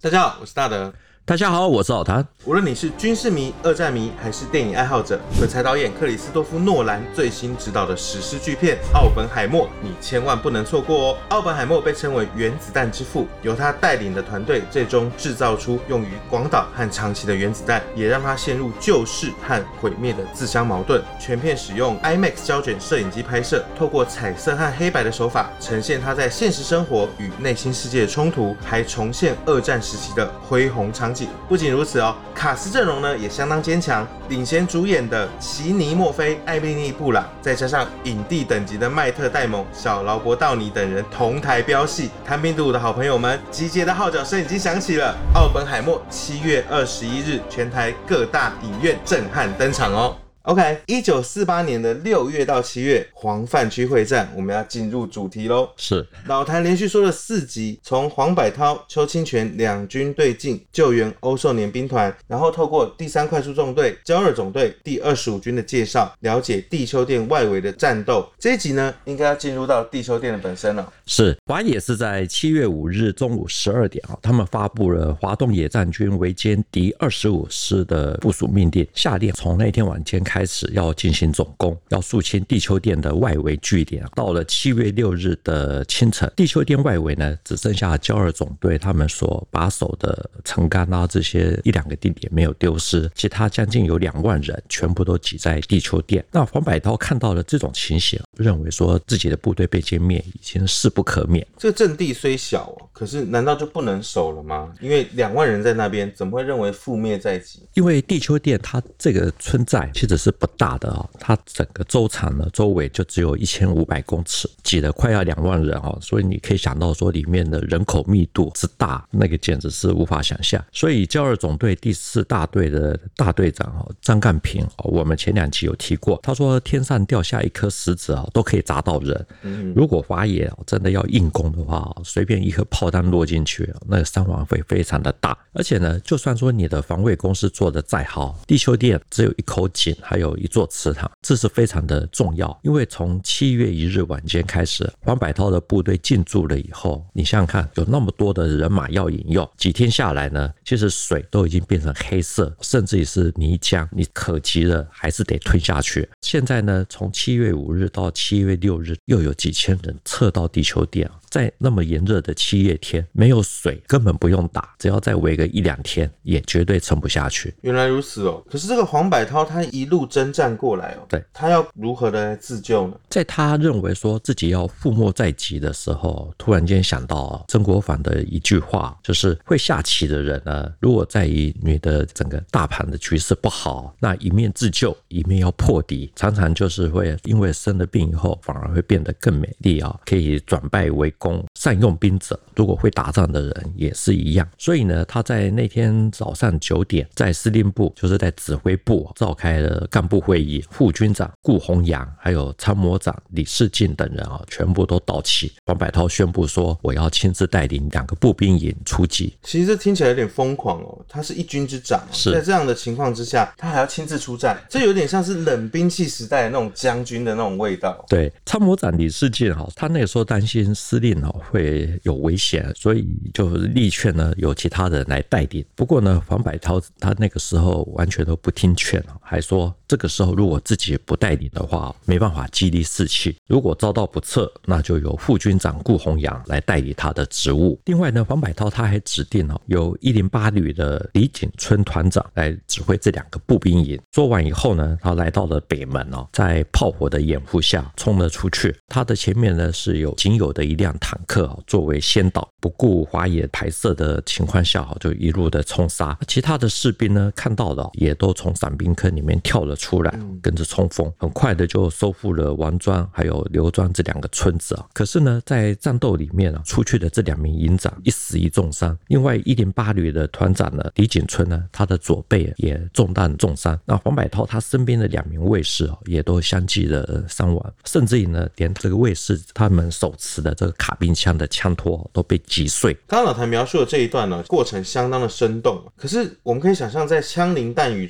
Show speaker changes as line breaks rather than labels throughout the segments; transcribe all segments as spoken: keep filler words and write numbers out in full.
大家好，我是大德。
大家好，我是老谭。
无论你是军事迷、二战迷，还是电影爱好者，鬼才导演克里斯多夫·诺兰最新执导的史诗巨片《奥本海默》，你千万不能错过哦！奥本海默被称为原子弹之父，由他带领的团队最终制造出用于广岛和长崎的原子弹，也让他陷入救世和毁灭的自相矛盾。全片使用 IMAX 胶卷摄影机拍摄，透过彩色和黑白的手法，呈现他在现实生活与内心世界的冲突，还重现二战时期的恢宏场景。不仅如此哦，卡斯阵容呢也相当坚强，领衔主演的奇尼·墨菲、艾米丽·布朗，再加上影帝等级的迈特·戴蒙、小劳勃·道尼等人同台飙戏。谈病毒的好朋友们，集结的号角声已经响起了。奥本海默七月二十一日，全台各大影院震撼登场哦。OK， 一九四八年的六月到七月，黄泛区会战，我们要进入主题喽。
是，
老谭连续说了四集，从黄百韬、邱清泉两军对进救援欧寿年兵团，然后透过第三快速纵队、焦二总队、第二十五军的介绍，了解地丘店外围的战斗。这一集呢，应该要进入到地丘店的本身了。
是，华野是在七月五日中午十二点，他们发布了华东野战军围歼敌二十五师的部署命令，下令从那天晚间开始要进行总攻，要肃清地丘店的外围据点。到了七月六日的清晨，地丘店外围呢只剩下焦二总队他们所把守的城干啊这些一两个地点没有丢失，其他将近有两万人全部都挤在地丘店。那黄百韬看到了这种情形，认为说自己的部队被歼灭已经势不可免。
这个阵地虽小哦，可是难道就不能守了吗？因为两万人在那边，怎么会认为覆灭在即？
因为地丘店它这个村寨其实是不大的哦，它整个周长呢周围就只有一千五百公尺，挤了快要两万人哦，所以你可以想到说里面的人口密度之大，那个简直是无法想象。所以焦二总队第四大队的大队长哦张干平哦，我们前两期有提过，他说天上掉下一颗石子哦都可以砸到人。嗯、如果华野真的要硬攻的话，随便一颗炮弹落进去，那个伤亡会非常的大。而且呢，就算说你的防卫工事做得再好，地丘店只有一口井，还有一座祠堂，这是非常的重要。因为从七月一日晚间开始，黄百韬的部队进驻了以后，你想想看，有那么多的人马要引用，几天下来呢，其实水都已经变成黑色，甚至于是泥浆，你可及了还是得吞下去。现在呢，从七月五日到七月六日，又有几千人撤到地丘店，在那么炎热的七月天，没有水根本不用打，只要再围个一两天，也绝对撑不下去。
原来如此哦。可是这个黄百韬他一路征战过来哦，
对，
他要如何的自救呢？
在他认为说自己要覆没在即的时候，突然间想到曾国藩的一句话，就是会下棋的人呢，如果在于你的整个大盘的局势不好，那一面自救，一面要破敌，常常就是会因为生了病以后，反而会变得更美丽啊，可以转败为功。善用兵者，如果会打仗的人也是一样。所以呢，他在那天早上九点，在司令部，就是在指挥部召开了干部会议，副军长顾洪扬还有参谋长李世进等人啊，全部都到齐。黄百韬宣布说，我要亲自带领两个步兵营出击。
其实这听起来有点疯狂哦，他是一军之长，
是
在这样的情况之下，他还要亲自出战，这有点像是冷兵器时代的那种将军的那种味道。
对，参谋长李世进哈，他那个时候担心司令哦会有危险，所以就力劝呢有其他人来带领。不过呢，黄百韬他那个时候完全都不听劝，还说这个时候如果自己不带领的话，没办法激励士气。如果遭到不测，那就由副军长顾洪扬来代理他的职务。另外呢，黄百韬他还指定哦，由一零八旅的李景春团长来指挥这两个步兵营。说完以后呢，他来到了北门哦，在炮火的掩护下冲了出去。他的前面呢是有仅有的一辆坦克哦作为先导，不顾华野排射的情况下就一路的冲杀。其他的士兵呢看到了，也都从伞兵坑里面跳了出来，跟着冲锋，很快的就收复了王庄还有刘庄这两个村子。可是呢，在战斗里面出去的这两名营长一死一重伤，另外一零八旅的团长呢李景春呢，他的左背也中弹重伤。那黄百韬他身边的两名卫士也都相继的伤亡，甚至于呢，连这个卫士他们手持的这个卡宾枪的枪托都被击碎。
刚刚老谭描述的这一段呢，过程相当的生动，可是我们可以想象在枪林弹雨中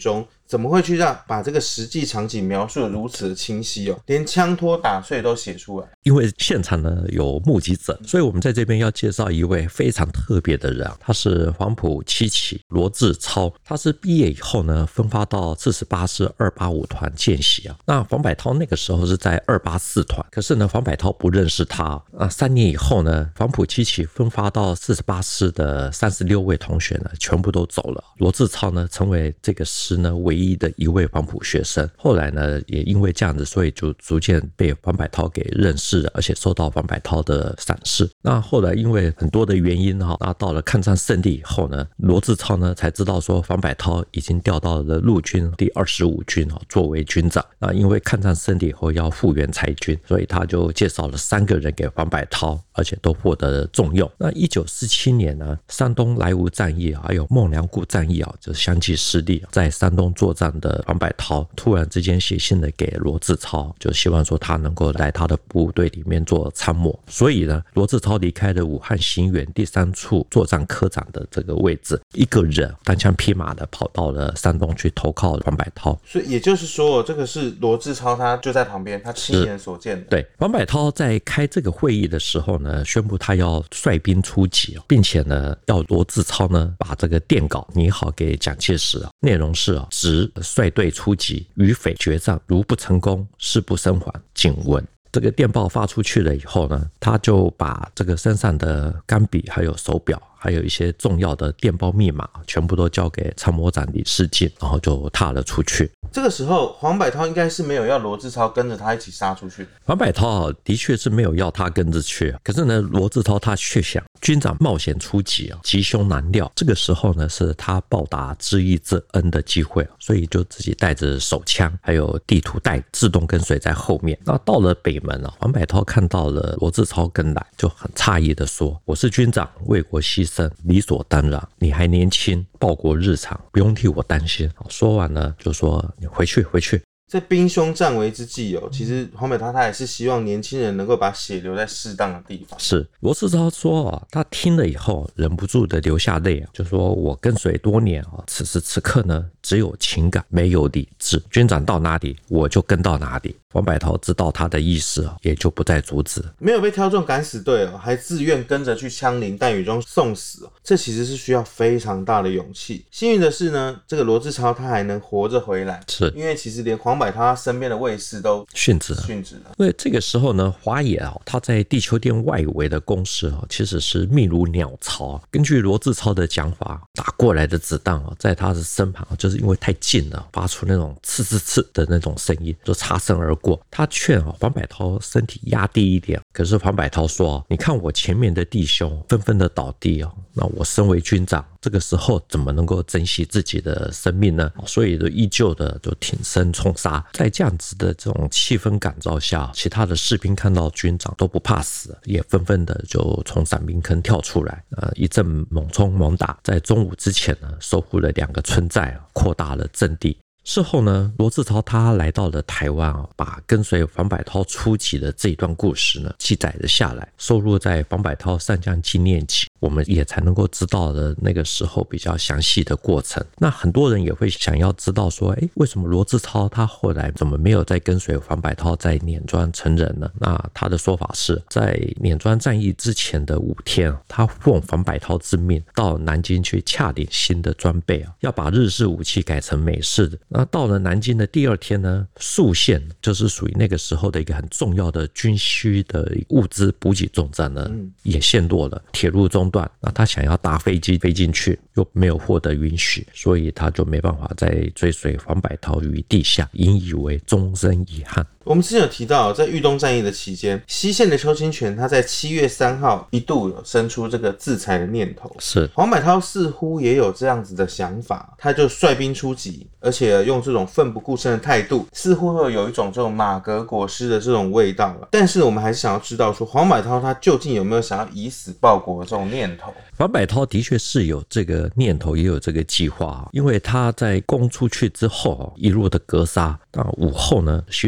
怎么会去让把这个实际场景描述的如此的清晰哦，连枪托打碎都写出来？
因为现场呢有目击者，所以我们在这边要介绍一位非常特别的人，他是黄埔七期罗志超，他是毕业以后呢分发到四十八师二八五团见习啊。那黄百韬那个时候是在二八四团，可是呢黄百韬不认识他啊。三年以后呢，黄埔七期分发到四十八师的三十六位同学呢全部都走了，罗志超呢成为这个师呢唯一的一位黄埔学生。后来呢也因为这样子，所以就逐渐被黄百韬给认识，而且受到黄百韬的赏识。那后来因为很多的原因哈，那到了抗战胜利以后呢，罗志超呢才知道说黄百韬已经调到了陆军第二十五军作为军长。那因为抗战胜利以后要复员裁军，所以他就介绍了三个人给黄百韬，而且都获得了重用。那一九四七年呢，山东莱芜战役还有孟良崮战役啊，就相继失利。在山东作战的黄百韬突然之间写信了给罗志超，就希望说他能够来他的部队里面做参谋。所以呢，罗志超离开了武汉行辕第三处作战科长的这个位置，一个人单枪匹马的跑到了山东去投靠黄百韬。
所以也就是说，这个是罗志超他就在旁边，他亲眼所见的。
对，黄百韬在开这个会议的时候呢，宣布他要率兵出击，并且呢要罗志超呢把这个电稿拟好给蒋介石，内容是直率队出击，与匪决战，如不成功，誓不生还，谨闻。这个电报发出去了以后呢，他就把这个身上的钢笔还有手表还有一些重要的电报密码全部都交给参谋长李世进，然后就踏了出去。
这个时候黄百韬应该是没有要罗志超跟着他一起杀出去。
黄百韬的确是没有要他跟着去，可是呢罗志超他却想军长冒险出击，吉凶难料，这个时候呢是他报答知义之恩的机会，所以就自己带着手枪还有地图带自动跟随在后面。那到了北门，黄百韬看到了罗志超跟来，就很诧异的说，我是军长，为国牺牲理所当然，你还年轻，报国日常，不用替我担心。说完呢就说你回去回去。
在兵凶战危之际哦，其实黄百韬他也是希望年轻人能够把血留在适当的地方。
是罗志超说啊，他听了以后忍不住的流下泪啊，就说我跟随多年啊，此时此刻呢，只有情感，没有理智。军长到哪里，我就跟到哪里。黄百韬知道他的意思，也就不再阻止。
没有被挑中敢死队哦，还自愿跟着去枪林弹雨中送死哦，这其实是需要非常大的勇气。幸运的是呢，这个罗志超他还能活着回来，
是
因为其实连黄百韬他身边的卫士都
殉职了。
殉职了。
因为这个时候呢，华野啊，他在地球殿外围的攻势啊，其实是密如鸟巢。根据罗志超的讲法，打过来的子弹啊，在他的身旁，就是因为太近了，发出那种刺刺刺的那种声音，就擦身而过。他劝啊黄百韬身体压低一点，可是黄百韬说，你看我前面的弟兄纷纷的倒地啊，那我身为军长，这个时候怎么能够珍惜自己的生命呢？所以就依旧的就挺身冲杀。在这样子的这种气氛感召下，其他的士兵看到军长都不怕死，也纷纷的就从伞兵坑跳出来，呃，一阵猛冲猛打，在中午之前呢，收复了两个村寨，扩大了阵地。事后呢，罗志超他来到了台湾啊，把跟随黄百韬出击的这一段故事呢记载了下来，收录在黄百韬上将纪念集，我们也才能够知道了那个时候比较详细的过程。那很多人也会想要知道说，诶，为什么罗志超他后来怎么没有再跟随黄百韬在碾庄成仁呢？那他的说法是在碾庄战役之前的五天，他奉黄百韬之命到南京去洽领新的装备啊，要把日式武器改成美式的。那到了南京的第二天呢，宿县就是属于那个时候的一个很重要的军需的物资补给重镇呢，也陷落了，铁路中断。那他想要搭飞机飞进去，又没有获得允许，所以他就没办法再追随黄百韬于地下，引以为终身遗憾。
我们之前有提到，在豫东战役的期间，西线的邱清泉他在七月三号一度有生出这个自裁的念头。
是
黄百韬似乎也有这样子的想法，他就率兵出击，而且用这种奋不顾身的态度，似乎会有一种这种马革裹尸的这种味道。但是我们还是想要知道说，黄百韬他究竟有没有想要以死报国的这种念头？
黄百韬的确是有这个念头，也有这个计划，因为他在攻出去之后一路的格杀，那午后呢，徐州剿总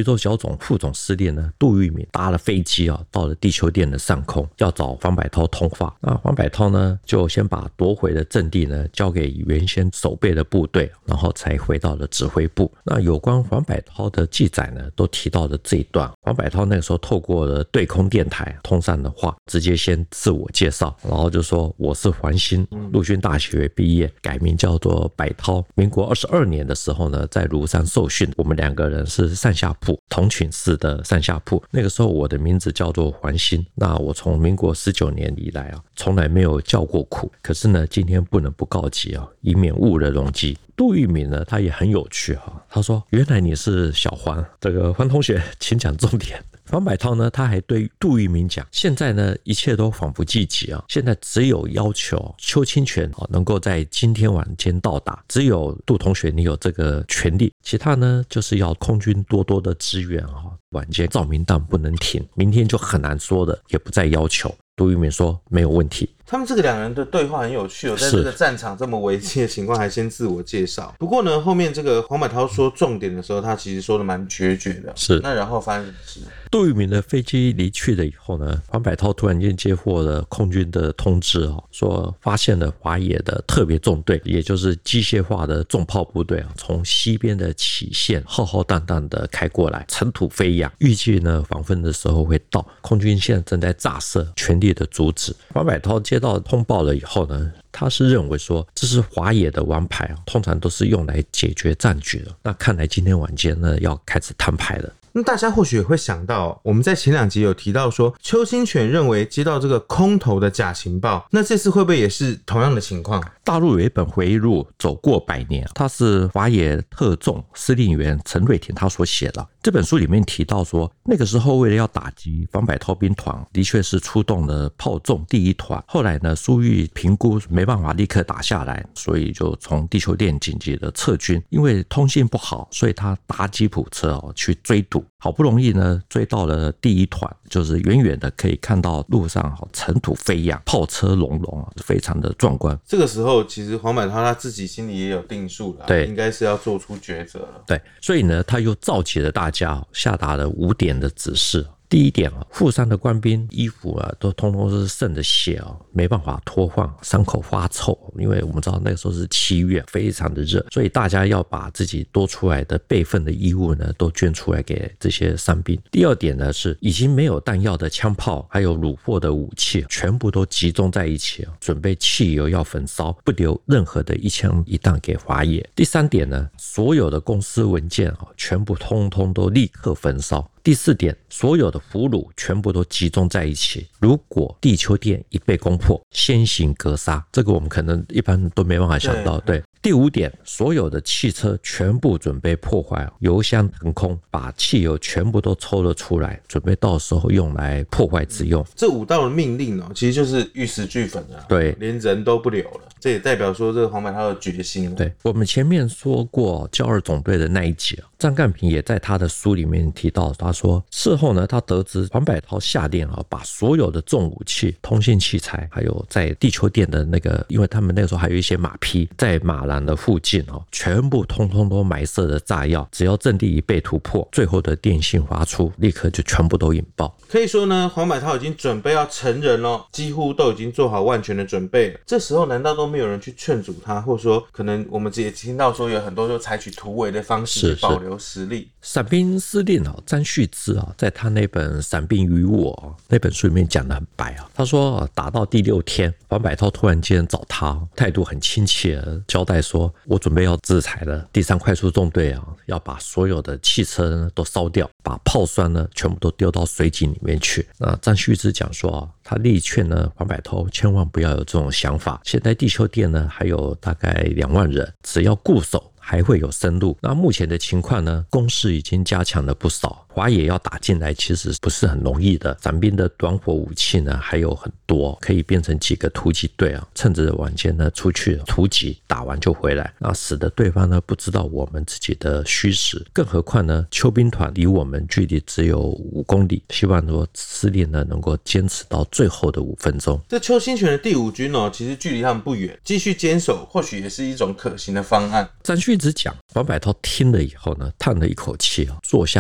总副总司令呢杜聿明搭了飞机啊，到了地球店的上空，要找黄百韬通话。那黄百韬呢就先把夺回的阵地呢交给原先守备的部队，然后才回到了指挥部。那有关黄百韬的记载呢都提到了这一段。黄百韬那个时候透过了对空电台通上的话，直接先自我介绍，然后就说我是黄兴，陆军大学毕业，改名叫做百韬。民国二十二年的时候呢，在庐山受训，我们两个人是上下铺，同寝室的上下铺。那个时候我的名字叫做黄兴，那我从民国十九年以来啊，从来没有叫过苦。可是呢，今天不能不告急啊，以免误了容机。杜聿明呢，他也很有趣哈，他说：“原来你是小黄，这个黄同学，请讲重点。”黄百韬呢，他还对杜聿明讲，现在呢一切都仿佛季节啊，现在只有要求邱清泉能够在今天晚间到达，只有杜同学你有这个权利，其他呢就是要空军多多的支援啊，晚间照明弹不能停，明天就很难说的，也不再要求。杜聿明说没有问题。
他们这个两人的对话很有趣哦，在这个战场这么危机的情况还先自我介绍。不过呢，后面这个黄百韬说重点的时候，他其实说的蛮决绝的。
是，
那然后发生什么事？
杜聿明的飞机离去了以后呢，黄百韬突然间接获了空军的通知哦，说发现了华野的特别纵队，也就是机械化的重炮部队啊，从西边的杞县浩浩荡荡的开过来，尘土飞扬，预计呢访问的时候会到。空军现在正在炸射，全力的阻止。黄百韬接到通报了以后呢，他是认为说这是华野的王牌啊，通常都是用来解决战局的。那看来今天晚间呢要开始摊牌了。
那大家或许也会想到，我们在前两集有提到说，邱清泉认为接到这个空投的假情报，那这次会不会也是同样的情况？
大陆有一本回忆录《走过百年》，它是华野特纵司令员陈瑞廷他所写的。这本书里面提到说，那个时候为了要打击黄百韬兵团，的确是出动了炮纵第一团。后来呢，苏玉评估没办法立刻打下来，所以就从地球店紧急的撤军。因为通信不好，所以他搭吉普车哦去追堵。好不容易呢追到了第一团，就是远远的可以看到路上尘土飞扬，炮车隆隆，非常的壮观。
这个时候其实黄百韬他自己心里也有定数了，对，应该是要做出抉择了。
对，所以呢他又召集了大家，下达了五点的指示。第一点啊，富山的官兵衣服啊都通通是渗着血啊，没办法脱换，伤口发臭。因为我们知道那个时候是七月，非常的热，所以大家要把自己多出来的备份的衣物呢，都捐出来给这些伤兵。第二点呢是已经没有弹药的枪炮，还有虏获的武器，全部都集中在一起，准备汽油要焚烧，不留任何的一枪一弹给华野。第三点呢，所有的公司文件啊，全部通通都立刻焚烧。第四点，所有的俘虏全部都集中在一起，如果地球店一被攻破，先行格杀。这个我们可能一般都没办法想到。 对, 对。第五点，所有的汽车全部准备破坏，油箱腾空，把汽油全部都抽了出来，准备到时候用来破坏之用。
这五道的命令哦，其实就是玉石俱焚啊，
对，
连人都不留了。这也代表说这个黄百韬的决心。
对，我们前面说过焦二总队的那一集，张干平也在他的书里面提到，他说事后呢，他得知黄百韬下令啊，把所有的重武器、通信器材，还有在地球店的那个，因为他们那个时候还有一些马匹在马栏的附近哦，全部通通都埋设了炸药，只要阵地一被突破，最后的电信发出，立刻就全部都引爆。
可以说呢，黄百韬已经准备要成人了，几乎都已经做好万全的准备了。这时候难道都没有人去劝阻他，或者说可能我们也听到说有很多就采取突围的方式去保留实力。
伞兵司令张旭之在他那本《伞兵与我》那本书里面讲得很白啊，他说打到第六天，黄百韬突然间找他，态度很亲切，交代说我准备要制裁了，第三快速纵队啊，要把所有的汽车呢都烧掉，把炮栓呢全部都丢到水井里面去。那张旭之讲说啊，他力劝呢黄百韬千万不要有这种想法，现在地球店呢还有大概两万人，只要固守还会有生路。那目前的情况呢，攻势已经加强了不少，华野要打进来其实不是很容易的。伞兵的短火武器呢还有很多，可以变成几个突击队啊，趁着晚间呢出去突击，打完就回来，那使得对方呢不知道我们自己的虚实。更何况呢，邱兵团离我们距离只有五公里，希望说司令呢能够坚持到最后的五分钟。
这邱清泉的第五军哦，其实距离他们不远，继续坚守或许也是一种可行的方案。
张旭之讲，黄百韬听了以后呢，叹了一口气，坐下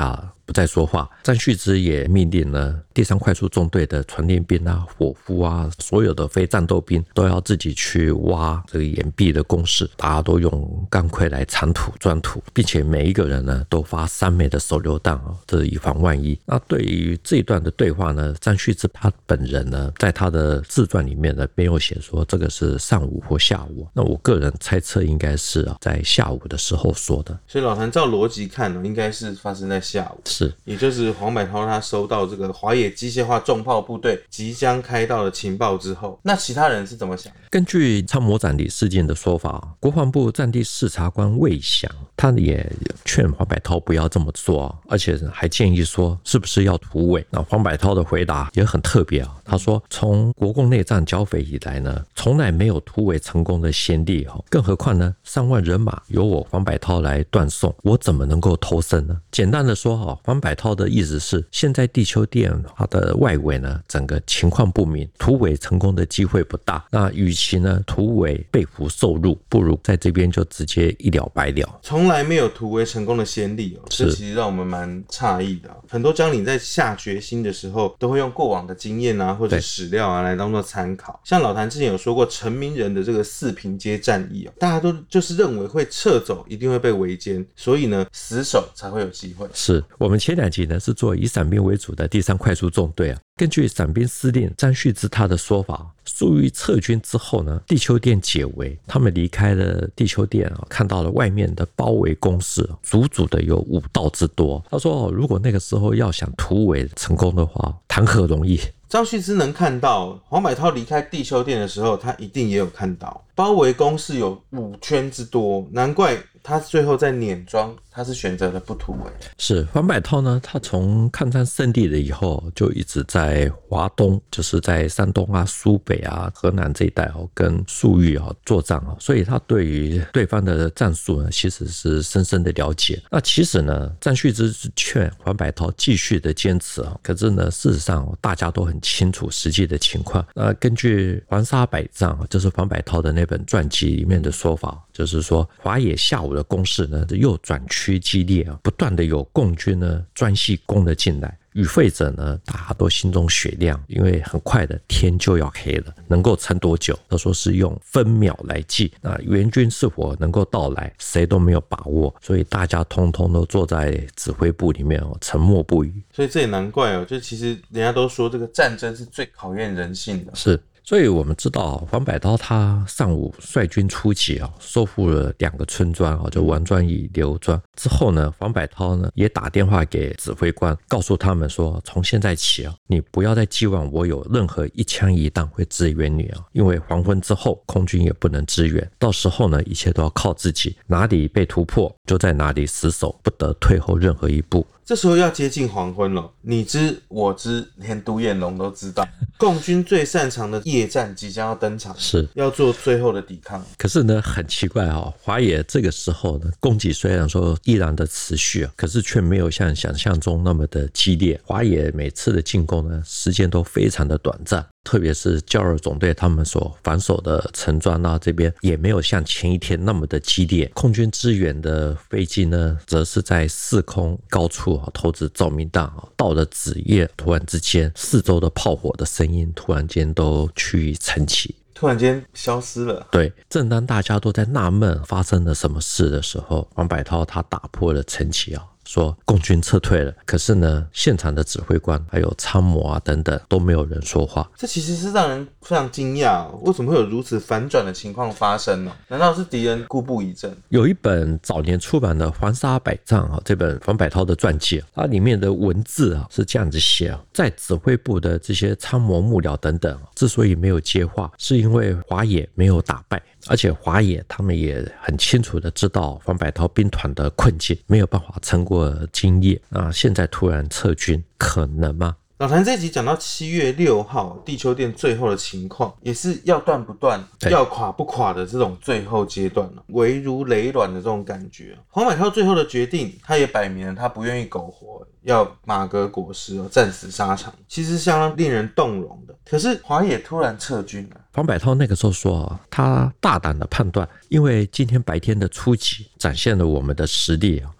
不再说话。张旭之也命令了第三快速纵队的传令兵啊、伙夫啊，所有的非战斗兵都要自己去挖这个岩壁的工事，大家都用钢盔来铲土钻土，并且每一个人呢都发三枚的手榴弹啊，这是以防万一。那对于这一段的对话呢，张旭之他本人呢，在他的自传里面呢没有写说这个是上午或下午，那我个人猜测应该是啊在下午的时候说的。
所以老谭照逻辑看呢，应该是发生在下午，
是，
也就是黄百韬他收到这个华野机械化重炮部队即将开到的情报之后，那其他人是怎么想？
根据参谋长李世进的说法，国防部战地视察官魏翔他也劝黄百韬不要这么做，而且还建议说是不是要突围。那黄百韬的回答也很特别啊，他说从国共内战剿匪以来呢，从来没有突围成功的先例，更何况呢上万人马由我黄百韬来断送，我怎么能够投身呢？简单的说，黄百韬的意思是现在地球店它的外围呢整个情况不明，突围成功的机会不大，那与其呢突围被俘受辱，不如在这边就直接一了百了。
从来没有突围成功的先例哦，这其实让我们蛮诧异的。很多将领在下决心的时候，都会用过往的经验啊，或者史料啊来当做参考。像老谭之前有说过，陈明仁的这个四平街战役哦，大家都就是认为会撤走，一定会被围歼，所以呢，死守才会有机会。
是我们前两集呢是做以伞兵为主的第三快速纵队啊。根据伞兵司令张旭之他的说法，粟裕撤军之后呢，地球店解围，他们离开了地球店啊，看到了外面的包围工事，足足的有五道之多。他说，如果那个时候要想突围成功的话，谈何容易。
张旭之能看到黄百韬离开地球店的时候，他一定也有看到包围工事有五圈之多，难怪他最后在碾庄他是选择了不突围。是
黄百韬呢，他从抗战胜利了以后，就一直在华东，就是在山东啊、苏北啊、河南这一带哦，跟粟裕啊作战啊，所以他对于对方的战术呢，其实是深深的了解。那其实呢，张旭之劝黄百韬继续的坚持啊，可是呢，事实上大家都很清楚实际的情况。那根据黄沙百战，就是黄百韬的那本传记里面的说法，就是说华野下午的攻势呢又转趋激烈啊，不断的有共军呢专系攻了进来。与会者呢，大家都心中雪亮，因为很快的天就要黑了，能够撑多久？他说是用分秒来计。那援军是否能够到来，谁都没有把握，所以大家通通都坐在指挥部里面哦，沉默不语。
所以这也难怪哦，就其实人家都说这个战争是最考验人性的。
是。所以我们知道黄百韬他上午率军出击啊，收复了两个村庄啊，就王庄与刘庄。之后呢，黄百韬呢也打电话给指挥官，告诉他们说，从现在起啊，你不要再寄望我有任何一枪一弹会支援你啊，因为黄昏之后空军也不能支援，到时候呢，一切都要靠自己，哪里被突破就在哪里死守，不得退后任何一步。
这时候要接近黄昏了，你知我知，连独眼龙都知道，共军最擅长的夜战即将要登场，
是
要做最后的抵抗。
可是呢，很奇怪哦，华野这个时候呢，攻击虽然说依然的持续啊，可是却没有像想象中那么的激烈。华野每次的进攻呢，时间都非常的短暂。特别是焦二总队他们所防守的陈庄啊，这边也没有像前一天那么的激烈。空军支援的飞机呢，则是在四空高处啊投掷照明弹啊，到了子夜，突然之间，四周的炮火的声音突然间都趋于沉寂。
突然间消失了。
对，正当大家都在纳闷发生了什么事的时候，黄百韬他打破了沉寂啊，说共军撤退了。可是呢，现场的指挥官还有参谋啊等等都没有人说话。
这其实是让人非常惊讶哦，为什么会有如此反转的情况发生呢？难道是敌人故布疑阵？有一本早年出版的《黄沙百战》啊，这本黄百韬的传记啊，它里面的文字啊是这样子写啊，在指挥部的这些参谋幕僚等等，之所以没有接话，是因为华野没有打败。而且华野他们也很清楚的知道黄百韬兵团的困境，没有办法撑过今夜啊，现在突然撤军，可能吗？老谭这一集讲到七月六号地球店最后的情况，也是要断不断，要垮不垮的这种最后阶段，危如累卵的这种感觉。黄百韬最后的决定，他也摆明了他不愿意苟活，要马革裹尸，战死沙场，其实相当令人动容的。可是华野突然撤军了。黄百韬那个时候说，他大胆的判断，因为今天白天的出击展现了我们的实力，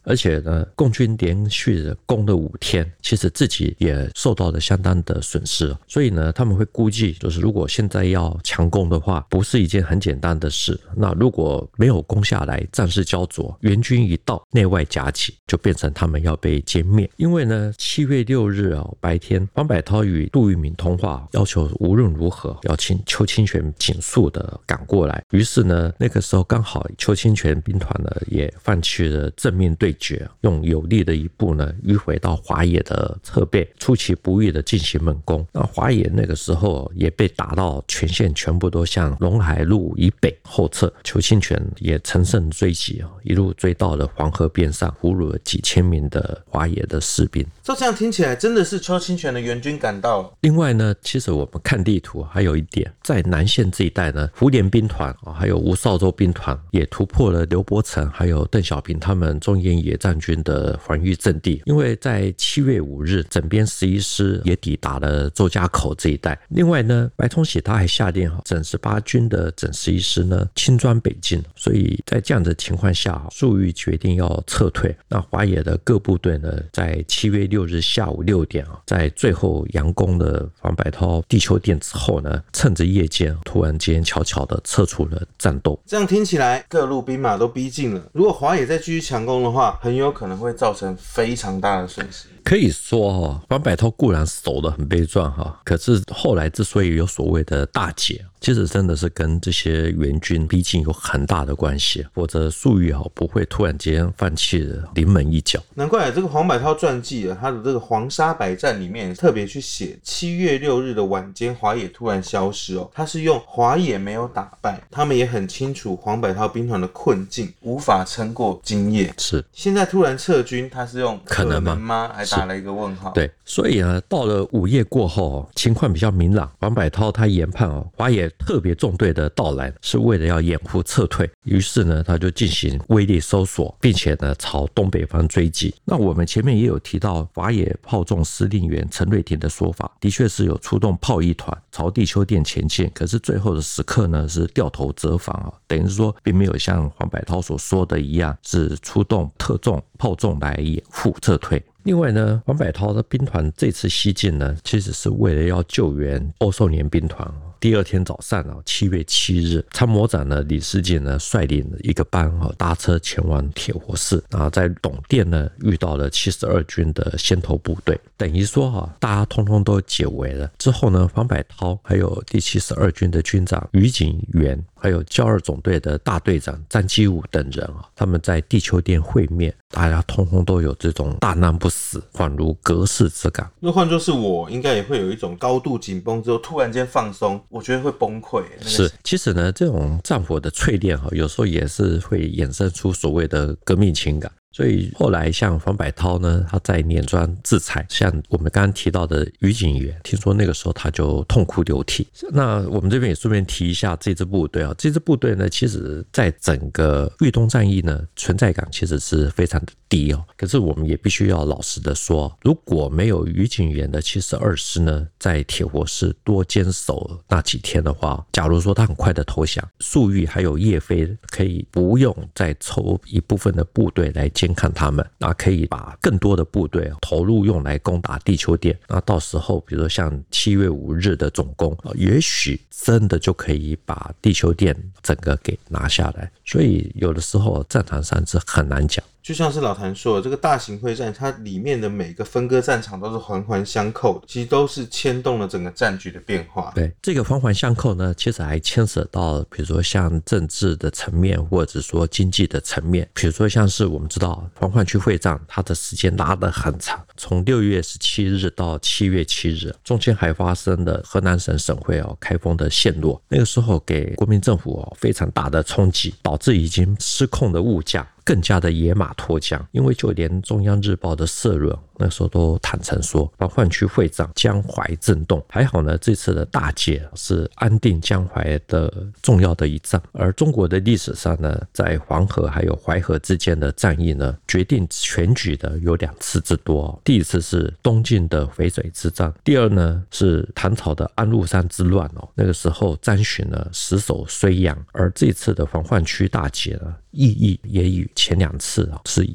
而且呢，共军连续攻了五天，其实自己也受到了相当的损失，所以呢，他们会估计，就是如果现在要强攻的话，不是一件很简单的事。那如果没有攻下来，战事焦灼，援军一到，内外夹击，就变成他们要被歼灭。因为呢，七月六日啊、哦、白天，黄百韬与杜聿明通话，要求无论如何要请邱清泉尽速的赶过来。于是呢，那个时候刚好邱清泉兵团呢也放弃了正面对决，用有力的一步呢迂回到华野的侧背，出其不意的进行猛攻。那华野那个时候也被打到全线全部都向陇海路以北后撤，邱清泉也乘胜追击，一路追到了黄河边上，俘虏了几千名的华野的士兵。
照这样听起来，真的是邱清泉的援军赶到了。
另外呢，其实我们看地图还有一点，在南线这一带呢，胡琏兵团还有吴绍州兵团也突破了刘伯承还有邓小平他们中原野战军的防御阵地。因为在七月五日，整编十一师也抵达了周家口这一带。另外呢，白崇禧他还下令整十八军的整十一师呢轻装北进，所以在这样的情况下，粟裕决定要撤退。那华野的各部队呢，在七月六日下午六点，在最后佯攻了黄百韬地丘店之后呢，趁着夜间突然间悄悄的撤出了战斗。
这样听起来，各路兵马都逼近了。如果华野再继续强攻的话，很有可能会造成非常大的损失。
可以说哦，黄百韬固然守得很悲壮哈，可是后来之所以有所谓的大捷，其实真的是跟这些援军逼近有很大的关系，否则粟裕不会突然间放弃临门一脚。
难怪这个黄百韬传记啊，他的这个黄沙百战里面特别去写七月六日的晚间，华野突然消失哦，他是用华野没有打败，他们也很清楚黄百韬兵团的困境，无法撑过今夜。
是，
现在突然撤军，他是用
可能
吗？还打了一个问号。
对，所以呢，到了午夜过后，情况比较明朗。黄百韬他研判哦，华野特别纵队的到来是为了要掩护撤退，于是呢，他就进行威力搜索，并且呢，朝东北方追击。那我们前面也有提到，华野炮纵司令员陈瑞廷的说法，的确是有出动炮一团朝地丘店前进，可是最后的时刻呢，是掉头折返啊，等于是说，并没有像黄百韬所说的一样，是出动特重炮纵来掩护撤退。另外呢，黄百韬的兵团这次西进呢，其实是为了要救援欧寿年兵团。第二天早上啊，七月七日，参谋长呢李世进呢率领一个班啊搭车前往铁活寺，然后在董店呢遇到了七十二军的先头部队，等于说啊，大家通通都解围了。之后呢，黄百韬还有第七十二军的军长于景元，还有交二总队的大队长张基武等人啊，他们在地丘店会面，大家通通都有这种大难不死，恍如隔世之感。
那换作是我，应该也会有一种高度紧绷之后突然间放松，我觉得会崩溃。那个、
是，其实呢，这种战火的淬炼有时候也是会衍生出所谓的革命情感。所以后来像黄百韬呢，他在碾砖自裁，像我们刚刚提到的于景元，听说那个时候他就痛哭流涕。那我们这边也顺便提一下这支部队啊，这支部队呢，其实在整个豫东战役呢，存在感其实是非常的低哦。可是我们也必须要老实的说，如果没有于景元的七十二师呢，在铁活寺多坚守那几天的话，假如说他很快的投降，粟裕还有叶飞可以不用再抽一部分的部队来监看他们，那可以把更多的部队投入用来攻打地丘店。那到时候比如说像七月五日的总攻，也许真的就可以把地丘店整个给拿下来。所以有的时候战场上是很难讲。
就像是老谭说的，这个大型会战它里面的每个分割战场都是环环相扣的，其实都是牵动了整个战局的变化。
对，这个环环相扣呢，其实还牵涉到比如说像政治的层面，或者说经济的层面。比如说像是我们知道黄鹳区会战，它的时间拉得很长，从六月十七日到七月七日，中间还发生了河南省省会哦开封的陷落，那个时候给国民政府哦非常大的冲击，导致已经失控的物价更加的野马脱缰。因为就连中央日报的社论那时候都坦诚说，黄鹳区会战江淮震动。还好呢，这次的大捷是安定江淮的重要的一战。而中国的历史上呢，在黄河还有淮河之间的战役呢，决定全局的有两次之多。第一次是东晋的淝水之战，第二呢是唐朝的安禄山之乱哦。那个时候张巡呢死守睢阳，而这次的黄鹳区大捷呢，意义也与前两次是一样的。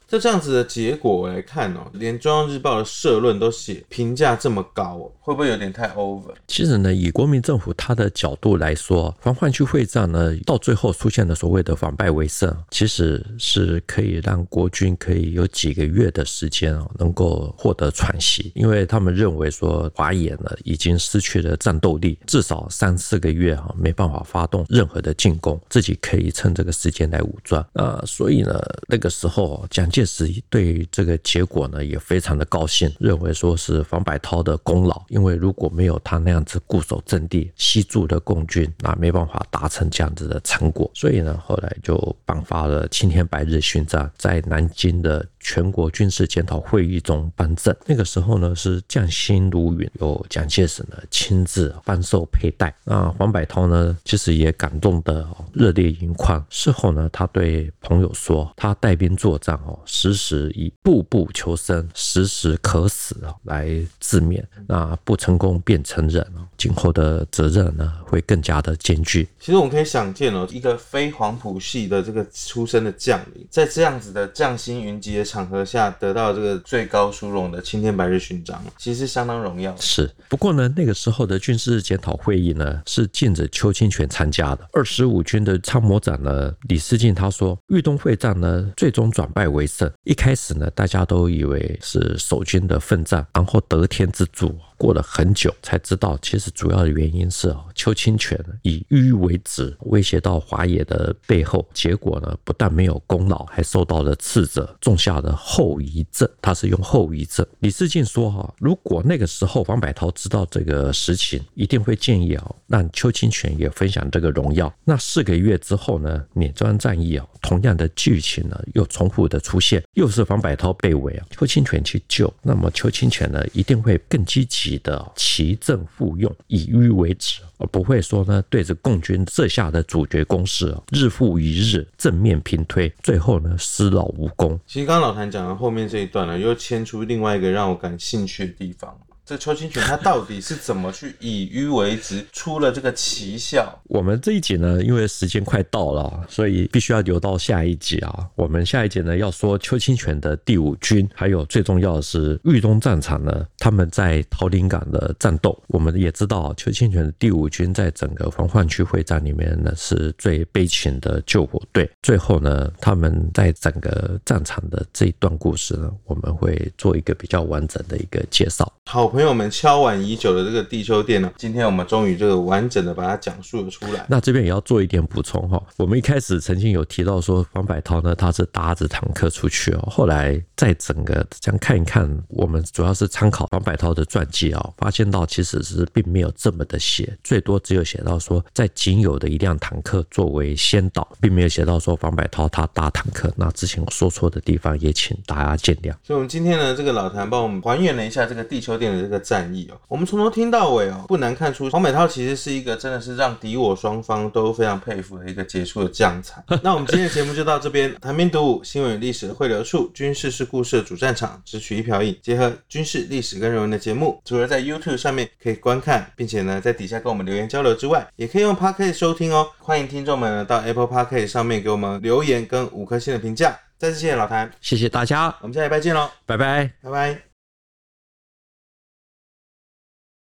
就这样子的结果来看哦，连中央日报的社论都写评价这么高哦，会不会有点太 over？
其实呢，以国民政府他的角度来说，防患区会战呢，到最后出现了所谓的反败为胜，其实是可以让国军可以有几个月的时间哦，能够获得喘息，因为他们认为说华野呢已经失去了战斗力，至少三四个月啊没办法发动任何的进攻，自己可以趁这个时间来武装。那所以呢，那个时候蒋介石对这个结果呢也非常的高兴，认为说是黄百韬的功劳，因为如果没有他那样子固守阵地，吸住了共军，那没办法达成这样子的成果。所以呢，后来就颁发了青天白日勋章，在南京的全国军事检讨会议中颁证。那个时候呢是匠心如云，由蒋介石呢亲自颁授佩戴。那黄百韬呢其实也感动的热泪盈眶。事后呢，他对朋友说，他带兵作战哦，时时以步步求生，时时可死来自勉。那不成功便成仁，今后的责任呢会更加的艰巨。
其实我们可以想见哦，一个非黄埔系的这个出身的将领，在这样子的将星云集的场合下，得到这个最高殊荣的青天白日勋章，其实相当荣耀。
是，不过呢，那个时候的军事检讨会议呢，是禁止邱清泉参加的。二十五军的参谋长呢，李思敬他说，豫东会战呢，最终转败为胜。一开始呢，大家都以为是守军的奋战，然后得天之助。过了很久才知道，其实主要的原因是邱清泉以迂为直，威胁到华野的背后，结果呢不但没有功劳，还受到了斥责，种下了后遗症。他是用后遗症。李世进说，如果那个时候黄百韬知道这个实情，一定会建议让邱清泉也分享这个荣耀。那四个月之后呢，碾庄战役同样的剧情呢又重复的出现，又是黄百韬被围，邱清泉去救，那么邱清泉呢一定会更积极的奇正复用，以迂为直，而不会说呢对着共军设下的主角攻势日复一日正面平推，最后呢失老无功。
其实刚刚老谭讲的后面这一段呢，又牵出另外一个让我感兴趣的地方。这邱清泉他到底是怎么去以迂为直，出了这个奇效？
我们这一集呢，因为时间快到了，所以必须要留到下一集啊。我们下一集呢要说邱清泉的第五军，还有最重要的是豫东战场呢，他们在桃林港的战斗。我们也知道邱清泉的第五军在整个防患区会战里面呢是最悲情的救火队。最后呢，他们在整个战场的这一段故事呢，我们会做一个比较完整的一个介绍。
好朋友们敲碗已久的这个地球店呢，今天我们终于这个完整的把它讲述了出来。
那这边也要做一点补充哈，我们一开始曾经有提到说黄百韬呢他是搭着坦克出去哦，后来在整个这样看一看，我们主要是参考黄百韬的传记啊，发现到其实是并没有这么的写，最多只有写到说在仅有的一辆坦克作为先导，并没有写到说黄百韬他搭坦克。那之前我说错的地方也请大家见谅。
所以我们今天呢，这个老谭帮我们还原了一下这个地球店的这个战役哦，我们从头听到尾哦，不难看出黄百韬其实是一个真的是让敌我双方都非常佩服的一个杰出的将才。那我们今天的节目就到这边，谈兵读武，新闻与历史的汇流处，军事是故事的主战场，只取一瓢饮，结合军事、历史跟人文的节目，除了在 YouTube 上面可以观看，并且呢在底下跟我们留言交流之外，也可以用 Podcast 收听哦。欢迎听众们呢到 Apple Podcast 上面给我们留言跟五颗星的评价。再次谢谢老谭，
谢谢大家，
我们下礼拜见喽，
拜拜，
拜拜。